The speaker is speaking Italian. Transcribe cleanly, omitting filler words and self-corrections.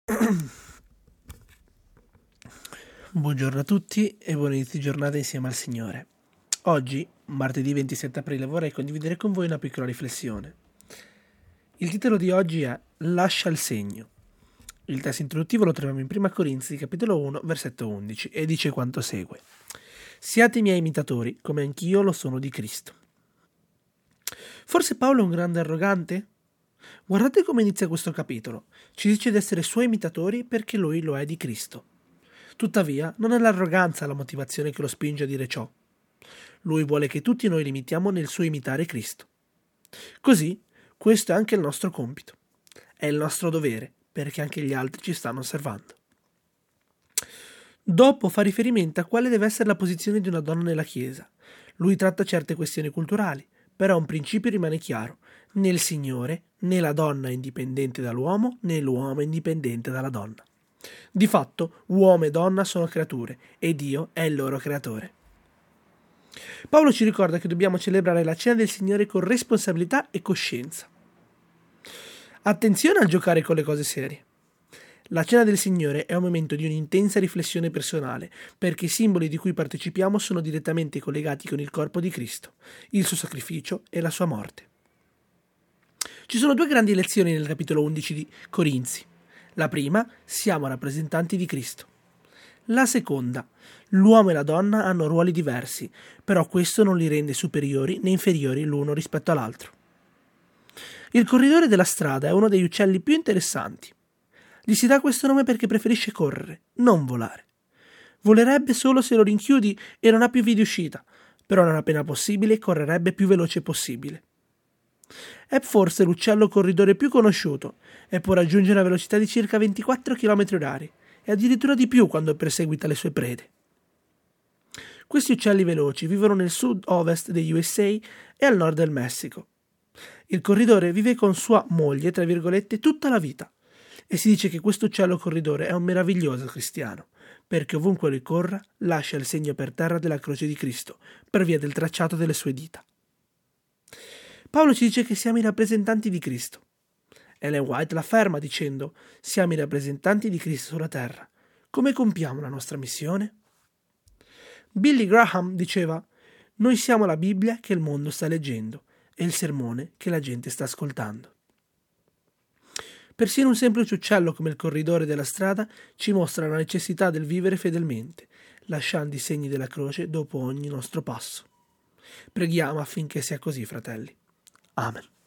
Buongiorno a tutti e buon inizio di giornata insieme al Signore. Oggi, martedì 27 aprile, vorrei condividere con voi una piccola riflessione. Il titolo di oggi è Lascia il segno. Il testo introduttivo lo troviamo in 1 Corinzi, capitolo 1, versetto 11, e dice quanto segue. Siate miei imitatori, come anch'io lo sono di Cristo. Forse Paolo è un grande arrogante? Guardate come inizia questo capitolo. Ci dice di essere suoi imitatori perché lui lo è di Cristo. Tuttavia, non è l'arroganza la motivazione che lo spinge a dire ciò. Lui vuole che tutti noi limitiamo nel suo imitare Cristo. Così, questo è anche il nostro compito. È il nostro dovere, perché anche gli altri ci stanno osservando. Dopo fa riferimento a quale deve essere la posizione di una donna nella Chiesa. Lui tratta certe questioni culturali, però un principio rimane chiaro. Né il Signore, né la donna è indipendente dall'uomo, né l'uomo è indipendente dalla donna. Di fatto, uomo e donna sono creature e Dio è il loro creatore. Paolo ci ricorda che dobbiamo celebrare la cena del Signore con responsabilità e coscienza. Attenzione al giocare con le cose serie. La cena del Signore è un momento di un'intensa riflessione personale, perché i simboli di cui partecipiamo sono direttamente collegati con il corpo di Cristo, il suo sacrificio e la sua morte. Ci sono due grandi lezioni nel capitolo 11 di Corinzi. La prima, siamo rappresentanti di Cristo. La seconda, l'uomo e la donna hanno ruoli diversi, però questo non li rende superiori né inferiori l'uno rispetto all'altro. Il corridore della strada è uno degli uccelli più interessanti. Gli si dà questo nome perché preferisce correre, non volare. Volerebbe solo se lo rinchiudi e non ha più via di uscita, però non appena possibile correrebbe più veloce possibile. È forse l'uccello corridore più conosciuto e può raggiungere una velocità di circa 24 km/h e addirittura di più quando perseguita le sue prede. Questi uccelli veloci vivono nel sud-ovest degli USA e al nord del Messico. Il corridore vive con sua moglie, tra virgolette, tutta la vita e si dice che questo uccello corridore è un meraviglioso cristiano perché ovunque lui corra lascia il segno per terra della croce di Cristo per via del tracciato delle sue dita. Paolo ci dice che siamo i rappresentanti di Cristo. Ellen White l'afferma dicendo: siamo i rappresentanti di Cristo sulla terra. Come compiamo la nostra missione? Billy Graham diceva: noi siamo la Bibbia che il mondo sta leggendo e il sermone che la gente sta ascoltando. Persino un semplice uccello come il corridore della strada ci mostra la necessità del vivere fedelmente, lasciando i segni della croce dopo ogni nostro passo. Preghiamo affinché sia così, fratelli. Amen.